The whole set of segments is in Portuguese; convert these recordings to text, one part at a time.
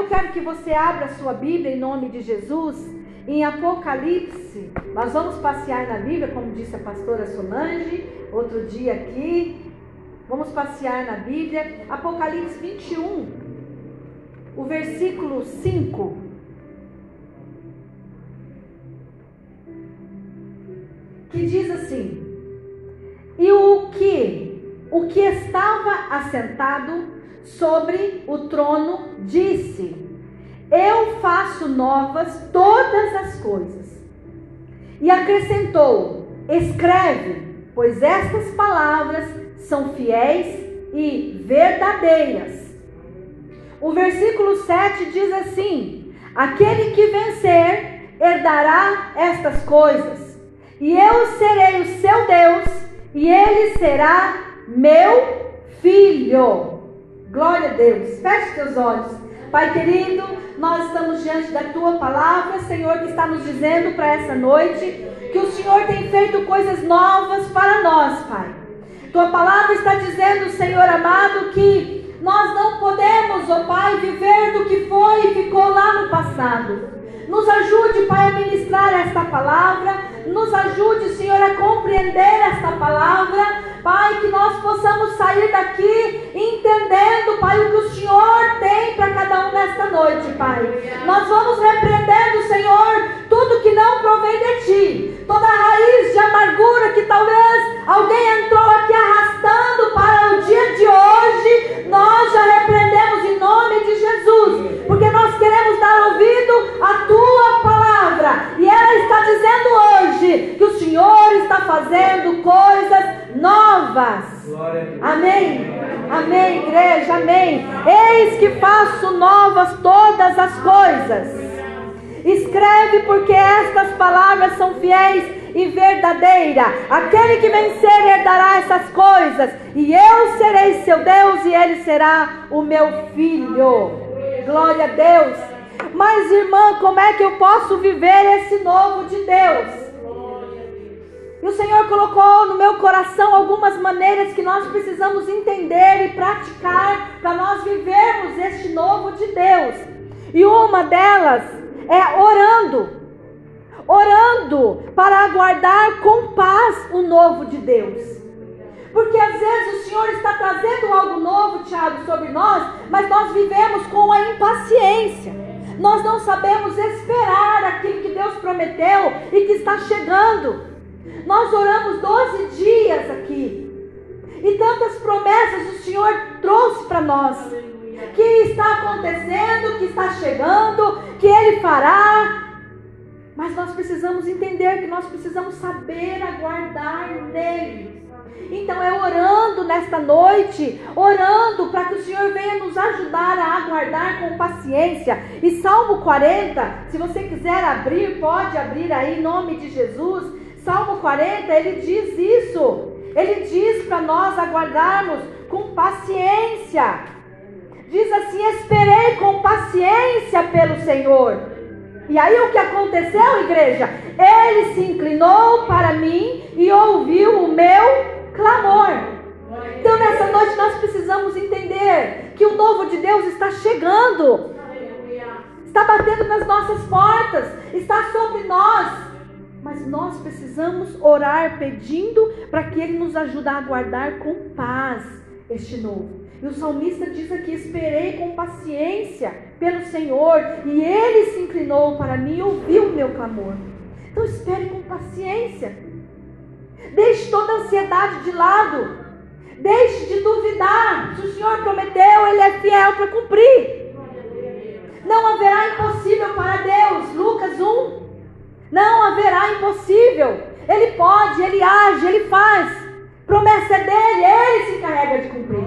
Eu quero que você abra a sua Bíblia em nome de Jesus, em Apocalipse. Nós vamos passear na Bíblia, como disse a pastora Solange, outro dia aqui. Vamos passear na Bíblia, Apocalipse 21, o versículo 5. Que diz assim: e o que estava assentado sobre o trono disse: eu faço novas todas as coisas. E acrescentou: escreve, pois estas palavras são fiéis e verdadeiras. O versículo 7 diz assim: aquele que vencer herdará estas coisas, e eu serei o seu Deus, e ele será meu filho. Glória a Deus. Feche teus olhos. Pai querido, nós estamos diante da tua palavra, Senhor, que está nos dizendo para essa noite que o Senhor tem feito coisas novas para nós, Pai. Tua palavra está dizendo, Senhor amado, que nós não podemos, ó Pai, viver do que foi e ficou lá no passado. Nos ajude, Pai, a ministrar esta palavra. Nos ajude, Senhor, a compreender esta palavra. Pai, que nós possamos sair daqui entendendo, Pai, o que o Senhor tem para cada um nesta noite, Pai. Nós vamos repreendendo, Senhor, tudo que não provém de Ti. Toda raiz de amargura que talvez alguém entrou aqui arrastando para o dia de hoje, nós já repreendemos em nome de Jesus. Porque nós queremos dar ouvido à Tua palavra. E ela está dizendo hoje que o Senhor está fazendo coisas novas. Amém. Amém, igreja, amém. Eis que faço novas todas as coisas. Escreve, porque estas palavras são fiéis e verdadeiras. Aquele que vencer herdará essas coisas, e eu serei seu Deus, e ele será o meu filho. Glória a Deus. Mas, irmã, como é que eu posso viver esse novo de Deus? E o Senhor colocou no meu coração algumas maneiras que nós precisamos entender e praticar para nós vivermos este novo de Deus. E uma delas é orando. Orando para aguardar com paz o novo de Deus. Porque às vezes o Senhor está trazendo algo novo, Tiago, sobre nós, mas nós vivemos com a impaciência. Nós não sabemos esperar aquilo que Deus prometeu e que está chegando. Nós oramos 12 dias aqui, e tantas promessas o Senhor trouxe para nós, que está acontecendo, que está chegando, que Ele fará. Mas nós precisamos entender que nós precisamos saber aguardar nele. Então é orando nesta noite, orando para que o Senhor venha nos ajudar a aguardar com paciência. E Salmo 40, se você quiser abrir, pode abrir aí em nome de Jesus. Salmo 40, ele diz isso. Ele diz para nós aguardarmos com paciência. Diz assim: esperei com paciência pelo Senhor. E aí o que aconteceu, igreja? Ele se inclinou para mim e ouviu o meu clamor. Então nessa noite nós precisamos entender que o novo de Deus está chegando. Está batendo nas nossas portas. Está sobre nós. Mas nós precisamos orar pedindo para que Ele nos ajude a aguardar com paz este novo. E o salmista diz aqui: esperei com paciência pelo Senhor, e Ele se inclinou para mim e ouviu o meu clamor. Então espere com paciência. Deixe toda a ansiedade de lado. Deixe de duvidar. Se o Senhor prometeu, Ele é fiel para cumprir. Não haverá impossível para Deus. Lucas 1. Não haverá impossível. Ele pode, Ele age, Ele faz. Promessa é dele, Ele se encarrega de cumprir.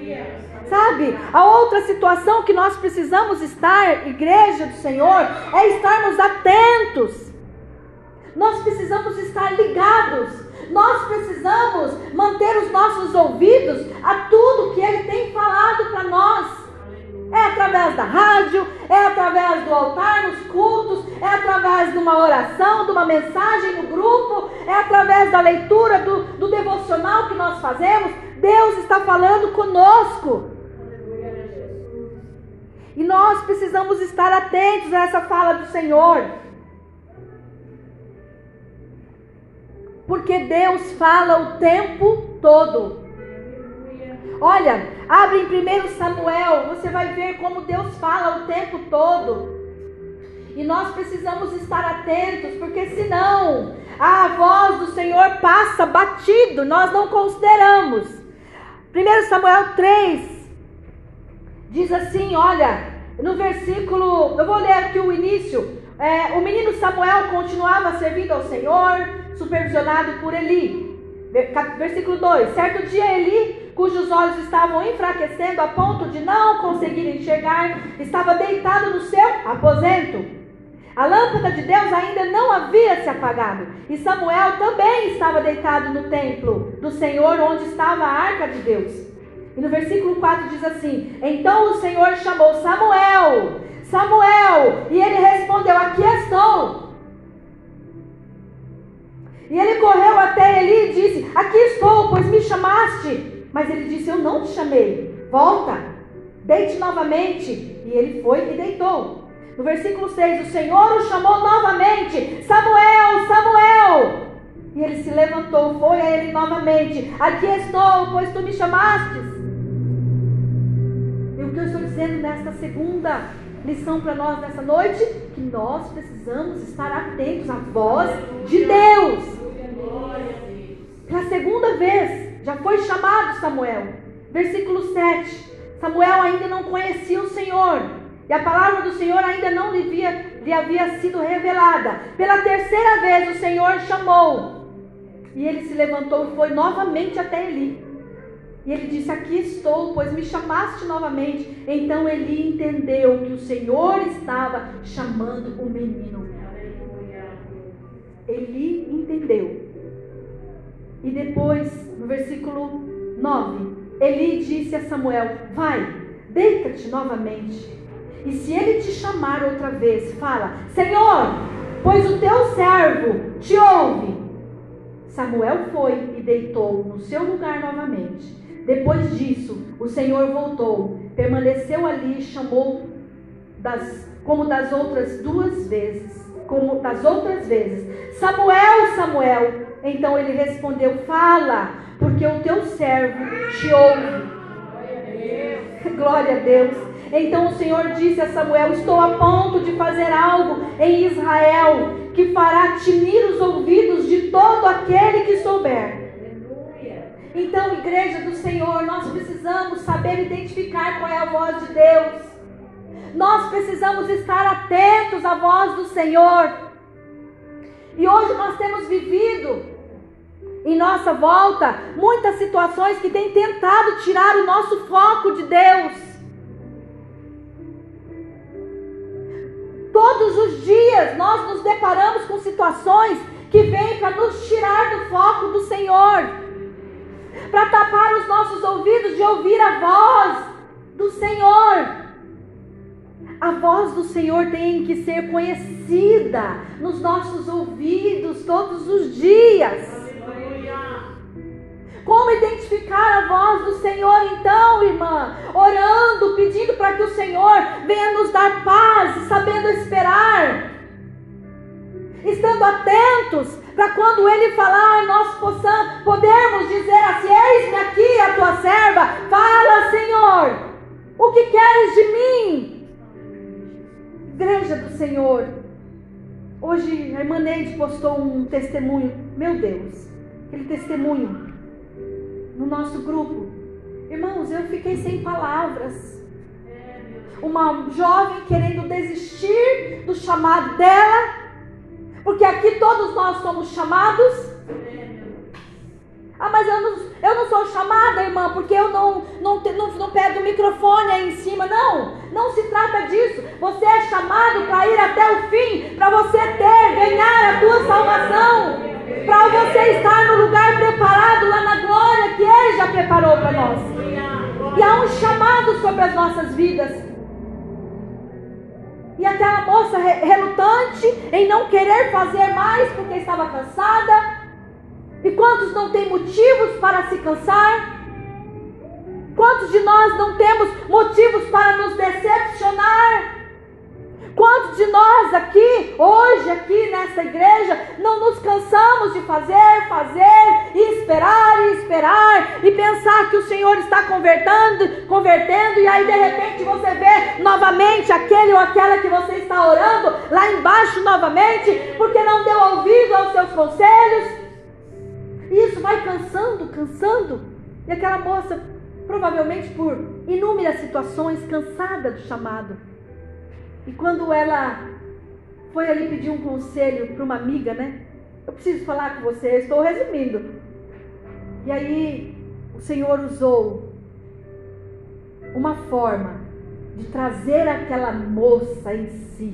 Sabe, a outra situação que nós precisamos estar, igreja do Senhor, é estarmos atentos. Nós precisamos estar ligados. Nós precisamos manter os nossos ouvidos a tudo que Ele tem falado para nós. É através da rádio, é através do altar nos cultos, é através de uma oração, de uma mensagem no grupo, é através da leitura do devocional que nós fazemos. Deus está falando conosco. E nós precisamos estar atentos a essa fala do Senhor. Porque Deus fala o tempo todo. Olha, abre em 1 Samuel, você vai ver como Deus fala o tempo todo. E nós precisamos estar atentos, porque senão a voz do Senhor passa batido, nós não consideramos. 1 Samuel 3 diz assim, olha, no versículo, eu vou ler aqui o início. O menino Samuel continuava servindo ao Senhor, supervisionado por Eli. Versículo 2: certo dia Eli, cujos olhos estavam enfraquecendo a ponto de não conseguir enxergar, estava deitado no seu aposento. A lâmpada de Deus ainda não havia se apagado, e Samuel também estava deitado no templo do Senhor, onde estava a arca de Deus. E no versículo 4 diz assim: então o Senhor chamou Samuel, Samuel, e ele respondeu: aqui estou. E ele correu até Eli e disse: aqui estou, pois me chamaste. Mas ele disse: eu não te chamei, volta, deite novamente. E ele foi e deitou. No versículo 6, o Senhor o chamou novamente: Samuel, Samuel. E ele se levantou, foi a ele novamente: aqui estou, pois tu me chamastes. E o que eu estou dizendo nesta segunda lição para nós nessa noite? Que nós precisamos estar atentos à voz de Deus. Pela segunda vez, já foi chamado Samuel. Versículo 7, Samuel ainda não conhecia o Senhor, e a palavra do Senhor ainda não lhe havia sido revelada. Pela terceira vez o Senhor chamou, e ele se levantou e foi novamente até Eli. E ele disse: aqui estou, pois me chamaste novamente. Então Eli entendeu que o Senhor estava chamando o menino. Eli entendeu. E depois, no versículo 9, Eli disse a Samuel: vai, deita-te novamente. E se ele te chamar outra vez, fala: Senhor, pois o teu servo te ouve. Samuel foi e deitou no seu lugar novamente. Depois disso, o Senhor voltou, permaneceu ali e chamou como das outras vezes: Samuel, Samuel. Então ele respondeu: fala, porque o teu servo te ouve. Glória a Deus. Então o Senhor disse a Samuel: estou a ponto de fazer algo em Israel que fará tinir os ouvidos de todo aquele que souber. Então, igreja do Senhor, nós precisamos saber identificar qual é a voz de Deus. Nós precisamos estar atentos à voz do Senhor. E hoje nós temos vivido em nossa volta muitas situações que têm tentado tirar o nosso foco de Deus. Todos os dias nós nos deparamos com situações que vêm para nos tirar do foco do Senhor, para tapar os nossos ouvidos de ouvir a voz do Senhor. A voz do Senhor tem que ser conhecida nos nossos ouvidos todos os dias. Como identificar a voz do Senhor então, irmã? Orando, pedindo para que o Senhor venha nos dar paz, sabendo esperar, estando atentos, para quando Ele falar, nós podermos dizer assim: eis-me aqui a tua serva, fala, Senhor, o que queres de mim? Igreja do Senhor, hoje a irmã Neide postou um testemunho, meu Deus, aquele testemunho no nosso grupo. Irmãos, eu fiquei sem palavras. Uma jovem querendo desistir do chamado dela, porque aqui todos nós somos chamados. Mas eu não sou chamada, irmã, porque eu não pego o microfone aí em cima. Não se trata disso. Você é chamado para ir até o fim, para você ganhar a tua salvação, para você estar no lugar preparado lá na glória que Ele já preparou para nós. E há um chamado sobre as nossas vidas. E aquela moça relutante em não querer fazer mais porque estava cansada. E quantos não têm motivos para se cansar? Quantos Quantos de nós não temos motivos para nos decepcionar? Quantos de nós aqui, hoje aqui nessa igreja, não nos cansamos de fazer, e esperar, e pensar que o Senhor está convertendo, e aí de repente você vê novamente aquele ou aquela que você está orando, lá embaixo novamente, porque não deu ouvido aos seus conselhos, e isso vai cansando, e aquela moça, provavelmente por inúmeras situações, cansada do chamado. E quando ela foi ali pedir um conselho para uma amiga, né? Eu preciso falar com você, eu estou resumindo. E aí o Senhor usou uma forma de trazer aquela moça em si.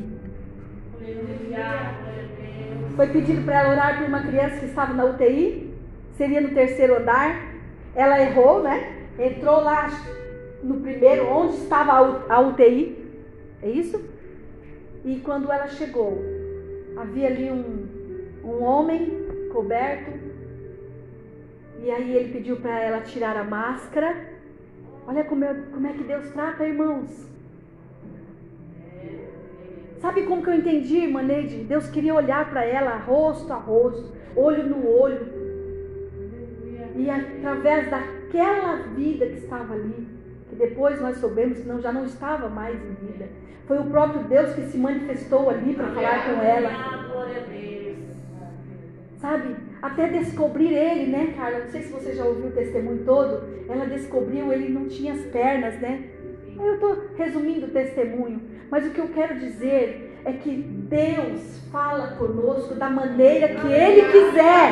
Foi pedido para ela orar por uma criança que estava na UTI, seria no 3º andar. Ela errou, né? Entrou lá no primeiro, onde estava a UTI. É isso? E quando ela chegou, havia ali um homem coberto. E aí ele pediu para ela tirar a máscara. Olha como é que Deus trata, irmãos. Sabe como que eu entendi, irmã Neide? Deus queria olhar para ela rosto a rosto, olho no olho. E através daquela vida que estava ali, que depois nós soubemos que já não estava mais em vida, foi o próprio Deus que se manifestou ali para falar com ela. Sabe? Até descobrir ele, né, Carla? Não sei se você já ouviu o testemunho todo. Ela descobriu, ele não tinha as pernas, né? Eu estou resumindo o testemunho. Mas o que eu quero dizer é que Deus fala conosco da maneira que Ele quiser.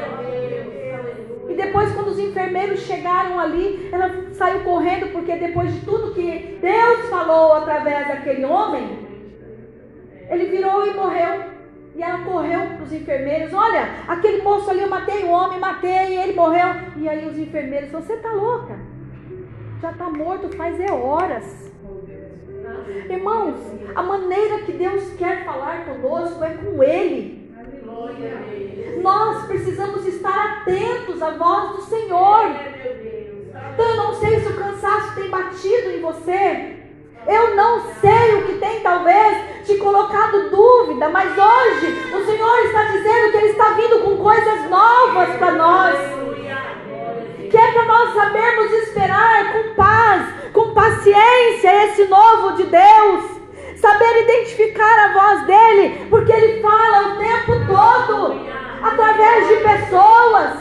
E depois, quando os enfermeiros chegaram ali, ela saiu correndo, porque depois de tudo que Deus falou através daquele homem, ele virou e morreu. E ela correu para os enfermeiros: olha, aquele moço ali, eu matei o homem, e ele morreu. E aí os enfermeiros: você está louca? Já está morto faz horas. Irmãos, a maneira que Deus quer falar conosco é com Ele. Nós precisamos estar atentos à voz do Senhor. Então eu não sei se o cansaço tem batido em você. Eu não sei o que tem talvez te colocado dúvida, mas hoje o Senhor está dizendo que Ele está vindo com coisas novas para nós, que é para nós sabermos esperar com paz, com paciência esse novo de Deus, saber identificar a voz dEle, porque Ele fala o tempo todo, através de pessoas,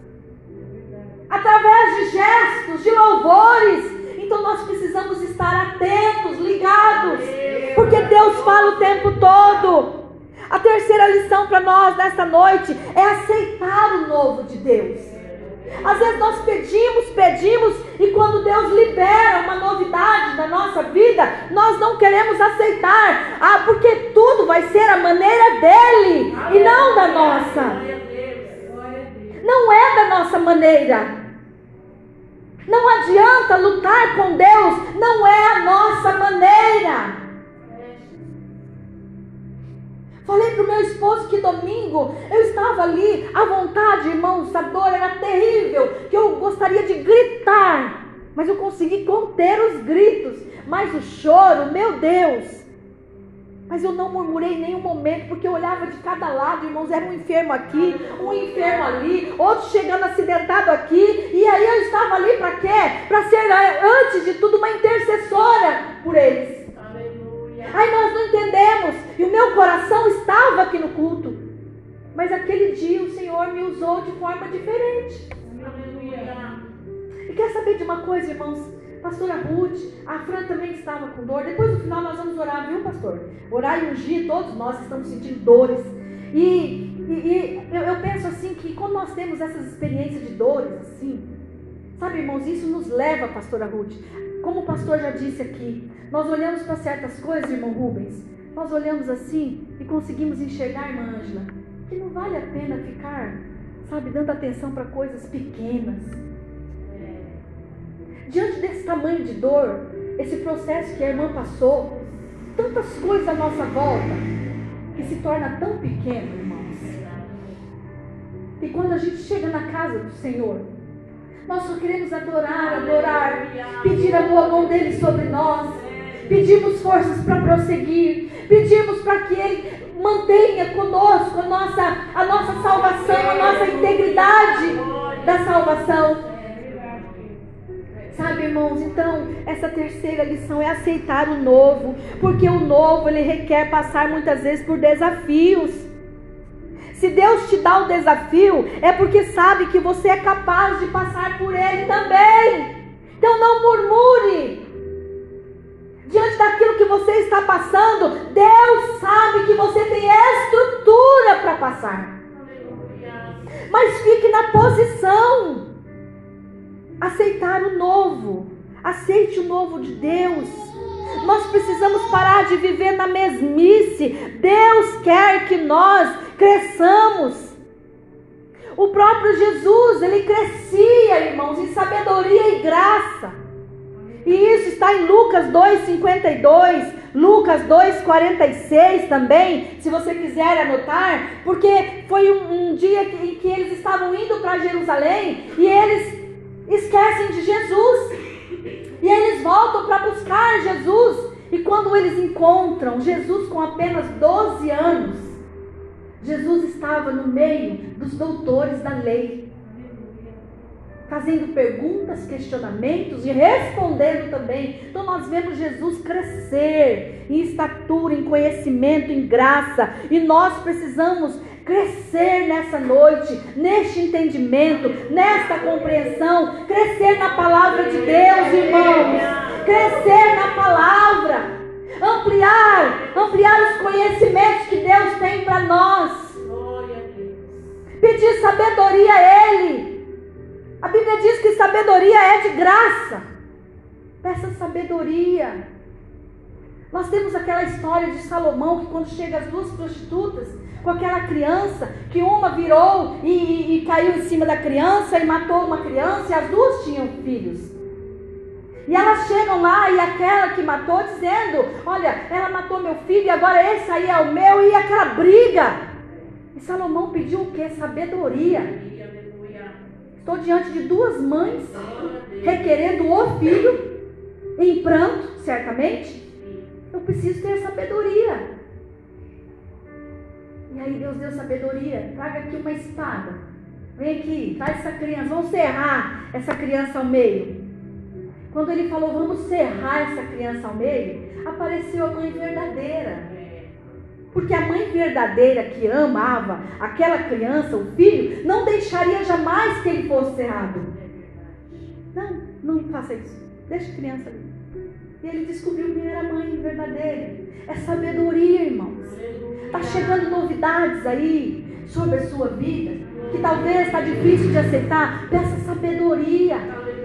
através de gestos, de louvores. Então nós precisamos estar atentos, ligados, porque Deus fala o tempo todo. A terceira lição para nós nesta noite é aceitar o novo de Deus. Às vezes nós pedimos, e quando Deus libera uma novidade na nossa vida, nós não queremos aceitar. Porque tudo vai ser a maneira dEle e não da nossa. Não é da nossa maneira. Não adianta lutar com Deus, não é a nossa maneira. Falei para o meu esposo que domingo eu estava ali à vontade, irmãos, a dor era terrível, que eu gostaria de gritar, mas eu consegui conter os gritos, mas o choro, meu Deus. Mas eu não murmurei em nenhum momento, porque eu olhava de cada lado, irmãos, era um enfermo aqui, um enfermo ali, outro chegando acidentado aqui, e aí eu estava ali para quê? Para ser, antes de tudo, uma intercessora por eles. Aí nós não entendemos, e o meu coração estava aqui no culto, mas aquele dia o Senhor me usou de forma diferente. E quer saber de uma coisa, irmãos? Pastora Ruth, a Fran também estava com dor. Depois no final nós vamos orar, viu, pastor? Orar e ungir todos nós que estamos sentindo dores. E eu penso assim, que quando nós temos essas experiências de dores assim, sabe, irmãos, isso nos leva, pastora Ruth, como o pastor já disse aqui, nós olhamos para certas coisas, irmão Rubens, nós olhamos assim e conseguimos enxergar, irmã Ângela, que não vale a pena ficar, sabe, dando atenção para coisas pequenas. Diante desse tamanho de dor, esse processo que a irmã passou, tantas coisas à nossa volta, que se torna tão pequeno, irmãos. E quando a gente chega na casa do Senhor, Nós só queremos adorar, pedir a boa mão dele sobre nós. Pedimos forças para prosseguir. Pedimos para que ele mantenha conosco a nossa salvação, a nossa integridade da salvação. Sabe, irmãos, então essa terceira lição é aceitar o novo, porque o novo ele requer passar muitas vezes por desafios. Se Deus te dá o desafio, é porque sabe que você é capaz de passar por ele também. Então não murmure diante daquilo que você está passando. Deus sabe que você tem estrutura para passar, mas fique na posição. Aceitar o novo. Aceite o novo de Deus. Nós precisamos parar de viver na mesmice. Deus quer que nós cresçamos. O próprio Jesus, ele crescia, irmãos, em sabedoria e graça. E isso está em Lucas 2,52, Lucas 2,46 também, se você quiser anotar, porque foi um dia em que eles estavam indo para Jerusalém e eles esquecem de Jesus. E eles voltam para buscar Jesus. E quando eles encontram Jesus com apenas 12 anos, Jesus estava no meio dos doutores da lei, fazendo perguntas, questionamentos e respondendo também. Então nós vemos Jesus crescer em estatura, em conhecimento, em graça. E nós precisamos crescer nessa noite, neste entendimento, nesta compreensão, crescer na palavra de Deus, irmãos, crescer na palavra, ampliar os conhecimentos que Deus tem para nós, pedir sabedoria a Ele. A Bíblia diz que sabedoria é de graça. Peça sabedoria. Nós temos aquela história de Salomão, que quando chega as duas prostitutas com aquela criança, que uma virou e caiu em cima da criança e matou uma criança, e as duas tinham filhos. E elas chegam lá, e aquela que matou dizendo: olha, ela matou meu filho e agora esse aí é o meu, e aquela briga. E Salomão pediu o que? Sabedoria. Estou diante de duas mães requerendo o filho, em pranto, certamente. Eu preciso ter sabedoria. E aí Deus deu sabedoria. Traga aqui uma espada. Vem aqui, traz essa criança. Vamos serrar essa criança ao meio. Quando ele falou, vamos serrar essa criança ao meio, apareceu a mãe verdadeira. Porque a mãe verdadeira que amava aquela criança, o filho, não deixaria jamais que ele fosse cerrado. Não faça isso. Deixa a criança ali. E ele descobriu quem era a mãe verdadeira. É sabedoria, irmãos. Está chegando novidades aí sobre a sua vida, que talvez está difícil de aceitar. Peça sabedoria.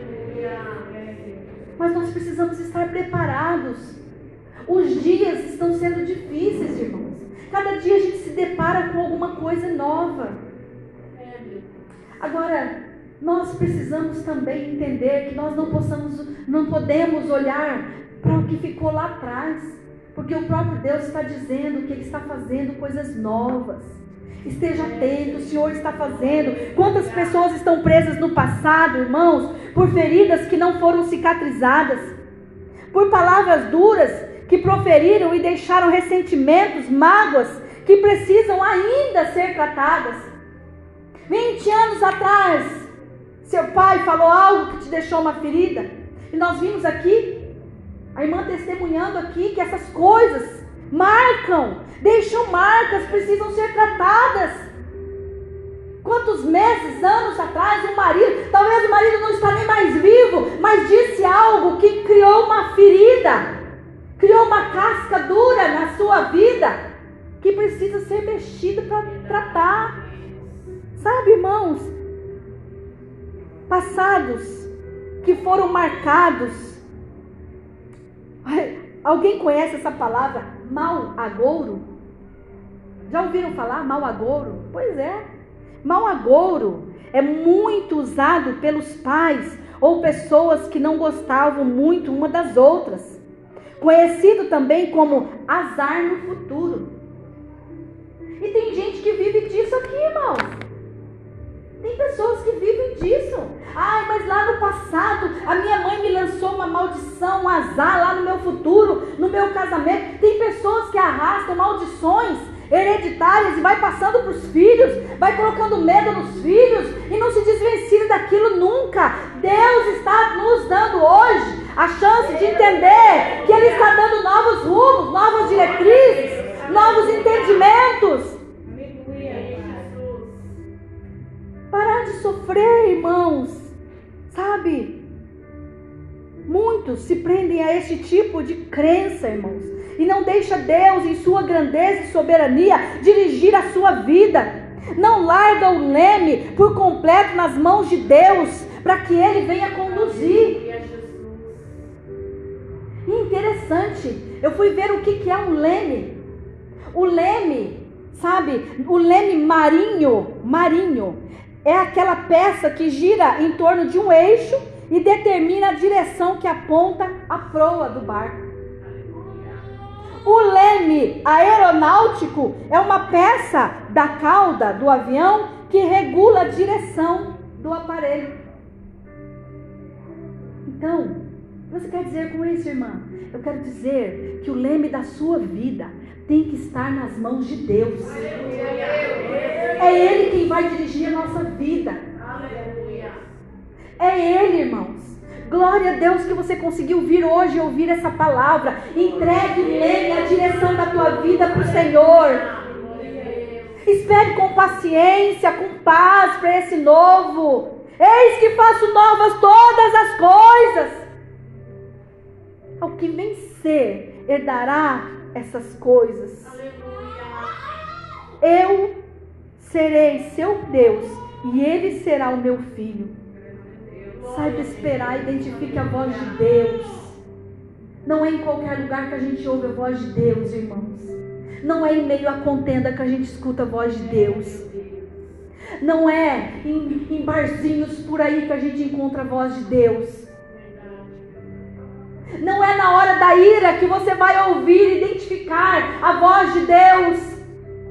Mas nós precisamos estar preparados. Os dias estão sendo difíceis, irmãos. Cada dia a gente se depara com alguma coisa nova. Agora, nós precisamos também entender que nós não podemos olhar para o que ficou lá atrás, porque o próprio Deus está dizendo que Ele está fazendo coisas novas. Esteja atento, o Senhor está fazendo. Quantas pessoas estão presas no passado, irmãos, por feridas que não foram cicatrizadas, por palavras duras que proferiram e deixaram ressentimentos, mágoas que precisam ainda ser tratadas. 20 anos atrás, seu pai falou algo que te deixou uma ferida, e nós vimos aqui a irmã testemunhando aqui que essas coisas marcam, deixam marcas, precisam ser tratadas. Quantos meses, anos atrás, talvez o marido não está nem mais vivo, mas disse algo que criou uma ferida, criou uma casca dura na sua vida, que precisa ser mexido para tratar. Sabe, irmãos, passados que foram marcados. Alguém conhece essa palavra, mau agouro? Já ouviram falar mau agouro? Pois é, mau agouro é muito usado pelos pais ou pessoas que não gostavam muito uma das outras, conhecido também como azar no futuro. E tem gente que vive disso aqui, irmãos. Tem pessoas que vivem disso. Ai, mas lá no passado a minha mãe me lançou uma maldição, um azar lá no meu futuro, no meu casamento. Tem pessoas que arrastam maldições hereditárias e vai passando para os filhos, vai colocando medo nos filhos e não se desvencilha daquilo nunca. Deus está nos dando hoje a chance de entender que Ele está dando novos rumos, novas diretrizes, novos entendimentos. Parar de sofrer, irmãos, sabe? Muitos se prendem a este tipo de crença, irmãos, e não deixa Deus, em sua grandeza e soberania, dirigir a sua vida. Não larga o leme por completo nas mãos de Deus, para que Ele venha conduzir. E interessante, eu fui ver o que é um leme. O leme, sabe, o leme marinho, é aquela peça que gira em torno de um eixo e determina a direção que aponta a proa do barco. O leme aeronáutico é uma peça da cauda do avião que regula a direção do aparelho. Então, o que você quer dizer com isso, irmã? Eu quero dizer que o leme da sua vida tem que estar nas mãos de Deus. É Ele quem vai dirigir a nossa vida. É Ele, irmãos. Glória a Deus que você conseguiu vir hoje ouvir essa palavra. Entregue o leme, a direção da tua vida para o Senhor. Espere com paciência, com paz para esse novo. Eis que faço novas todas as coisas. Ao que vencer, herdará essas coisas. Eu serei seu Deus e Ele será o meu filho. Saiba esperar, identifique a voz de Deus. Não é em qualquer lugar que a gente ouve a voz de Deus, irmãos. Não é em meio à contenda que a gente escuta a voz de Deus. Não é em barzinhos por aí que a gente encontra a voz de Deus. Não é na hora da ira que você vai ouvir e identificar a voz de Deus.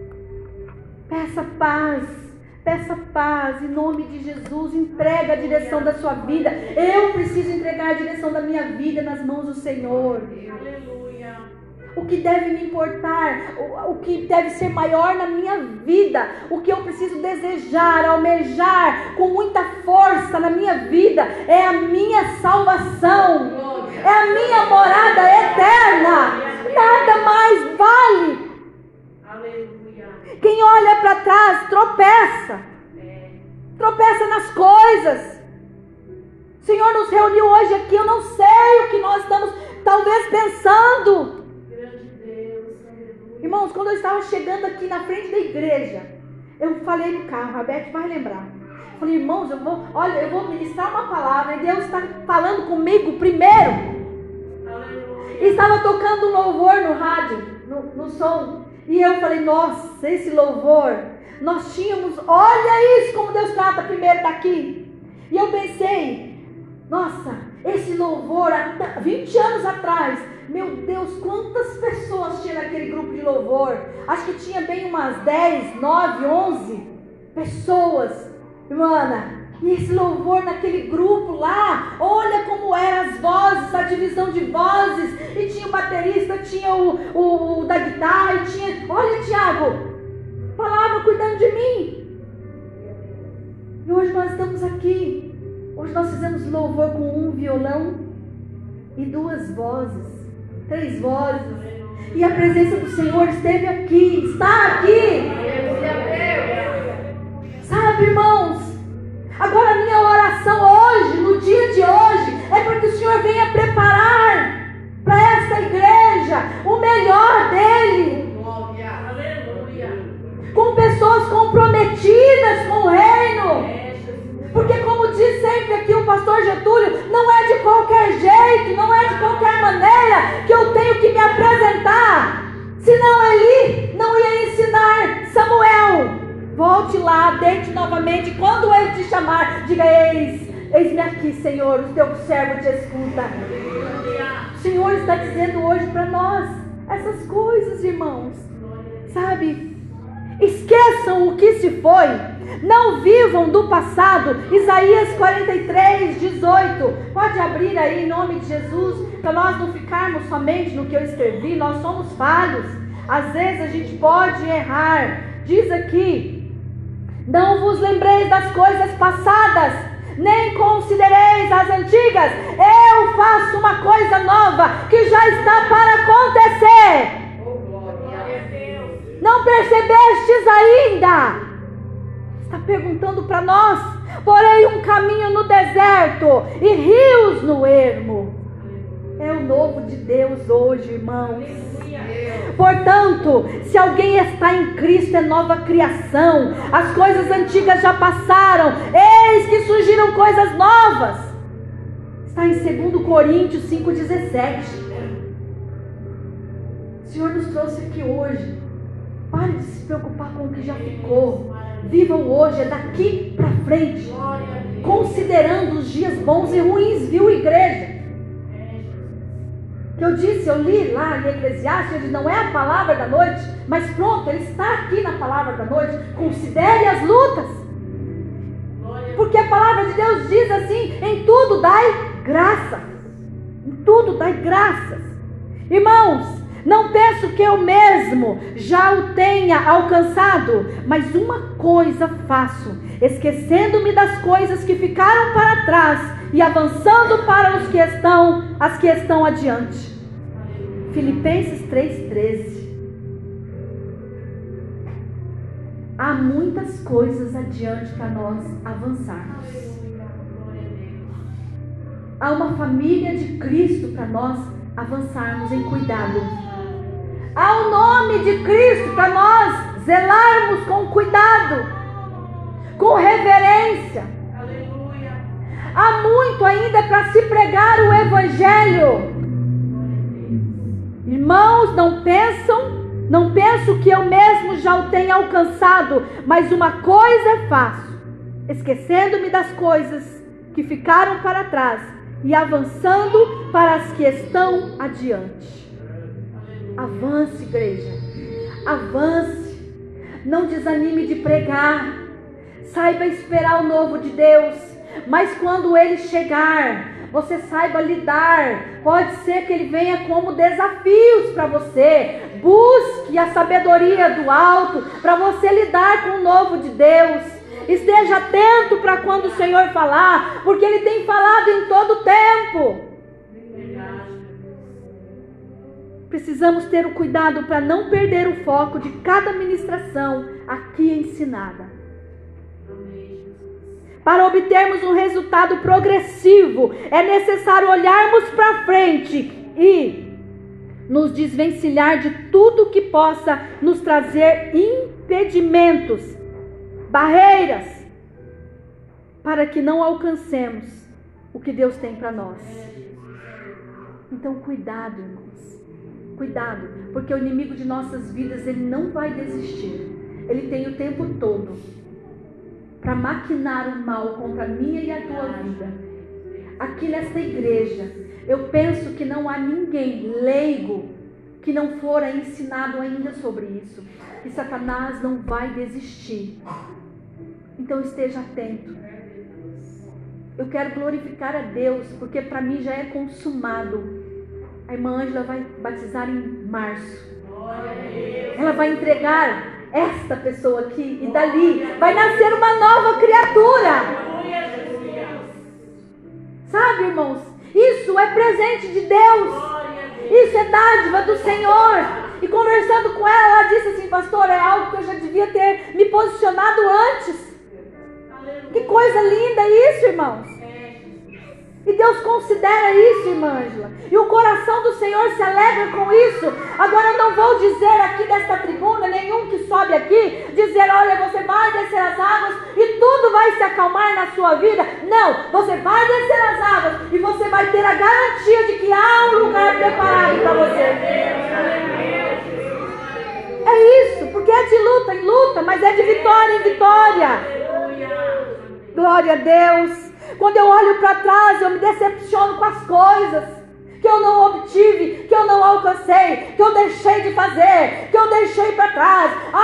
Peça paz em nome de Jesus. Entrega a direção da sua vida. Eu preciso entregar a direção da minha vida nas mãos do Senhor. Aleluia. O que deve me importar, o que deve ser maior na minha vida, o que eu preciso desejar, almejar com muita força na minha vida, é a minha salvação, é a minha morada eterna. Nada mais vale. Aleluia. Quem olha para trás tropeça nas coisas. O Senhor nos reuniu hoje aqui, eu não sei o que nós estamos talvez pensando. Irmãos, quando eu estava chegando aqui na frente da igreja, eu falei no carro, a Beth vai lembrar. Falei, irmãos, eu vou ministrar uma palavra e Deus está falando comigo primeiro. E estava tocando um louvor no rádio, no som. E eu falei, nossa, esse louvor, nós tínhamos, olha isso, como Deus trata primeiro daqui. E eu pensei, nossa, esse louvor, há 20 anos atrás, meu Deus, quantas pessoas tinha naquele grupo de louvor? Acho que tinha bem umas 10, 9, 11 pessoas, irmã. E esse louvor naquele grupo lá, olha como eram as vozes, a divisão de vozes, e tinha o baterista, tinha o da guitarra, e tinha, olha Tiago, palavra cuidando de mim. E hoje nós estamos aqui, hoje nós fizemos louvor com um violão e 2 vozes, 3 vozes, e a presença do Senhor esteve aqui, está aqui. Sabe, irmãos? Agora a minha oração hoje, no dia de hoje, é para que o Senhor venha preparar para esta igreja o melhor dele. Com pessoas comprometidas com o reino. Porque como diz sempre aqui o pastor Getúlio, não é de qualquer jeito, não é de qualquer maneira que eu tenho que me apresentar. Senão Eli não ia ensinar Samuel. Volte lá, deite novamente. Quando ele te chamar, diga, eis-me aqui, Senhor, o teu servo te escuta. O Senhor está dizendo hoje para nós essas coisas, irmãos. Sabe? Esqueçam o que se foi. Não vivam do passado. Isaías 43, 18. Pode abrir aí em nome de Jesus, para nós não ficarmos somente no que eu escrevi. Nós somos falhos. Às vezes a gente pode errar. Diz aqui: não vos lembreis das coisas passadas, nem considereis as antigas. Eu faço uma coisa nova que já está para acontecer. Não percebestes ainda? Está perguntando para nós. Porém um caminho no deserto e rios no ermo. É o novo de Deus hoje, irmãos. Portanto, se alguém está em Cristo, é nova criação. As coisas antigas já passaram, eis que surgiram coisas novas. Está em 2 Coríntios 5,17. O Senhor nos trouxe aqui hoje. Pare de se preocupar com o que já ficou. Viva o hoje, é daqui para frente, considerando os dias bons e ruins, viu, igreja? Que eu disse, eu li lá em Eclesiastes, ele não é a palavra da noite, mas pronto, ele está aqui na palavra da noite. Considere as lutas, porque a palavra de Deus diz assim: em tudo dai graça, em tudo dai graças. Irmãos, não penso que eu mesmo já o tenha alcançado, mas uma coisa faço, esquecendo-me das coisas que ficaram para trás e avançando para as que estão adiante. Filipenses 3,13. Há muitas coisas adiante para nós avançarmos. Há uma família de Cristo para nós avançarmos em cuidado. Há o nome de Cristo para nós zelarmos com cuidado, com reverência. Há muito ainda para se pregar o Evangelho. Irmãos, não penso que eu mesmo já o tenha alcançado, mas uma coisa faço, esquecendo-me das coisas que ficaram para trás e avançando para as que estão adiante. Avance, igreja, avance, não desanime de pregar, saiba esperar o novo de Deus, mas quando ele chegar, você saiba lidar. Pode ser que ele venha como desafios para você. Busque a sabedoria do alto para você lidar com o novo de Deus. Esteja atento para quando o Senhor falar, porque ele tem falado em todo o tempo. Precisamos ter o cuidado para não perder o foco de cada ministração aqui ensinada. Para obtermos um resultado progressivo, é necessário olharmos para frente e nos desvencilhar de tudo que possa nos trazer impedimentos, barreiras, para que não alcancemos o que Deus tem para nós. Então, cuidado, irmãos, cuidado, porque o inimigo de nossas vidas, ele não vai desistir. Ele tem o tempo todo para maquinar o mal contra a minha e a tua vida. Aqui nesta igreja, eu penso que não há ninguém leigo que não fora ensinado ainda sobre isso, que Satanás não vai desistir. Então esteja atento. Eu quero glorificar a Deus, porque para mim já é consumado. A irmã Ângela vai batizar em março. Ela vai entregar esta pessoa aqui, e dali vai nascer uma nova criatura. Sabe, irmãos, isso é presente de Deus, isso é dádiva do Senhor. E conversando com ela, ela disse assim: pastor, é algo que eu já devia ter me posicionado antes. Que coisa linda isso, irmãos. E Deus considera isso, irmã Ângela. E o coração do Senhor se alegra com isso. Agora eu não vou dizer aqui desta tribuna, nenhum que sobe aqui, dizer: olha, você vai descer as águas e tudo vai se acalmar na sua vida. Não, você vai descer as águas e você vai ter a garantia de que há um lugar preparado para você. É isso, porque é de luta em luta, mas é de vitória em vitória. Glória a Deus. Quando eu olho para trás, eu me decepciono com as coisas que eu não obtive, que eu não alcancei, que eu deixei de fazer, que eu deixei para trás. Eu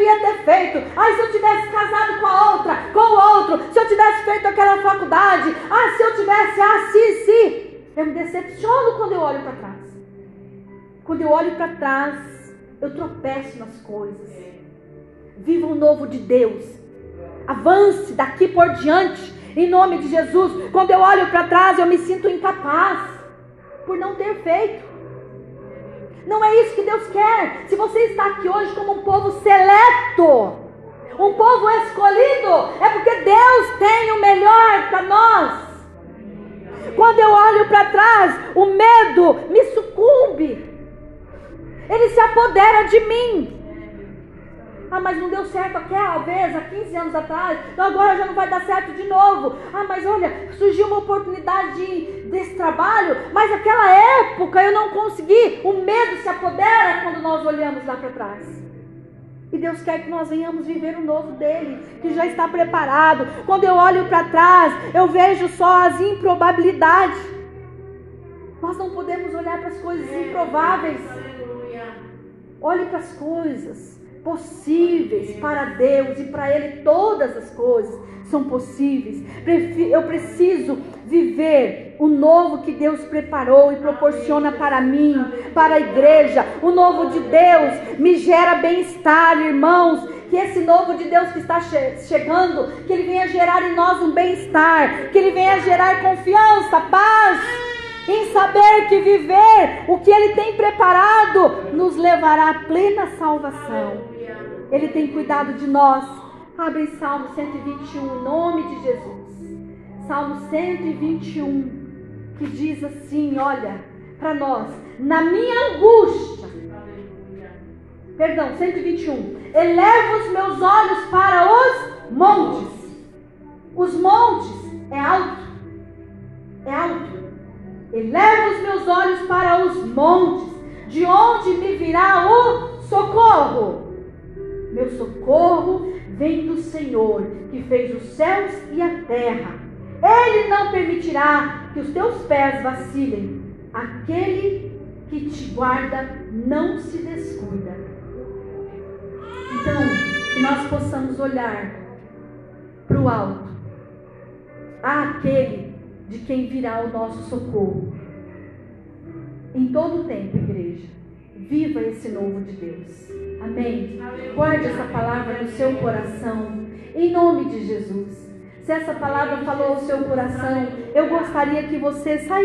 devia ter feito. Ai, se eu tivesse casado com a outra, com o outro, se eu tivesse feito aquela faculdade, se eu tivesse, se. Eu me decepciono quando eu olho para trás. Quando eu olho para trás, eu tropeço nas coisas. Viva o novo de Deus. Avance daqui por diante, em nome de Jesus. Quando eu olho para trás, eu me sinto incapaz por não ter feito. Não é isso que Deus quer. Se você está aqui hoje como um povo seleto, um povo escolhido, é porque Deus tem o melhor para nós. Quando eu olho para trás, o medo me sucumbe. Ele se apodera de mim. Mas não deu certo aquela vez, há 15 anos atrás, então agora já não vai dar certo de novo. Mas olha, surgiu uma oportunidade desse trabalho, mas naquela época eu não consegui. O medo se apodera quando nós olhamos lá para trás. E Deus quer que nós venhamos viver o novo dele, que já está preparado. Quando eu olho para trás, eu vejo só as improbabilidades. Nós não podemos olhar para as coisas improváveis. Olhe para as coisas possíveis para Deus, e para Ele todas as coisas são possíveis. Eu preciso viver o novo que Deus preparou e proporciona para mim, para a igreja. O novo de Deus me gera bem-estar, irmãos. Que esse novo de Deus que está chegando, que Ele venha gerar em nós um bem-estar, que Ele venha gerar confiança, paz, em saber que viver o que Ele tem preparado nos levará à plena salvação. Ele tem cuidado de nós. Abre Salmo 121, em nome de Jesus. Salmo 121, que diz assim, olha, para nós: na minha angústia, 121, elevo os meus olhos para os montes. Os montes é alto. Elevo os meus olhos para os montes, de onde me virá o socorro? Meu socorro vem do Senhor, que fez os céus e a terra. Ele não permitirá que os teus pés vacilem. Aquele que te guarda não se descuida. Então, que nós possamos olhar para o alto, àquele de quem virá o nosso socorro. Em todo o tempo, igreja, viva esse novo de Deus. Amém? Guarde essa palavra no seu coração, em nome de Jesus. Se essa palavra falou ao seu coração, eu gostaria que você saísse